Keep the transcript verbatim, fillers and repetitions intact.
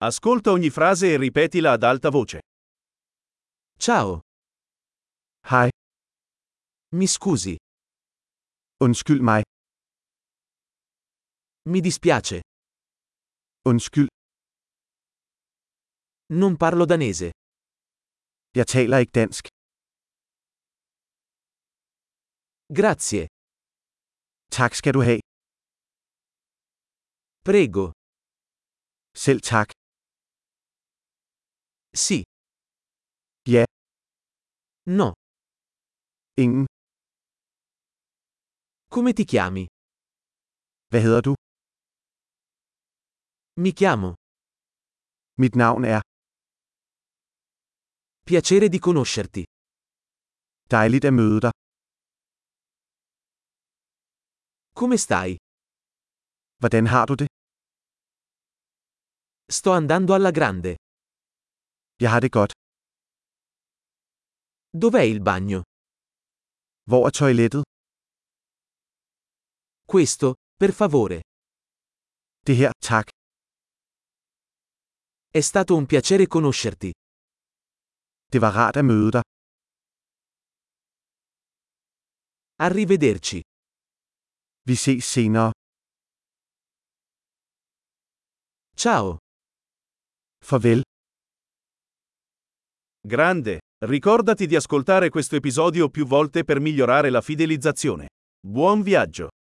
Ascolta ogni frase e ripetila ad alta voce. Ciao, Hej, mi scusi, undskyld mig, mi dispiace, undskyld, non parlo danese. jeg taler ikke dansk. Grazie, Tak skal du have. prego, Selv tak. sì, Ja, no. ingen. Come ti chiami? Hvad hedder du? Mi chiamo. Mit navn er. Piacere di conoscerti. Dejligt at møde dig. Come stai? Hvordan har du det? Sto andando alla grande. Jeg har det godt. Dov'è il bagno? Hvor er toilettet? Questo, per favore. Det her, tak. È stato un piacere conoscerti. Det var rart at møde dig. Arrivederci. Vi ses senere. Ciao. Farvel. Grande, ricordati di ascoltare questo episodio più volte per migliorare la fidelizzazione. Buon viaggio!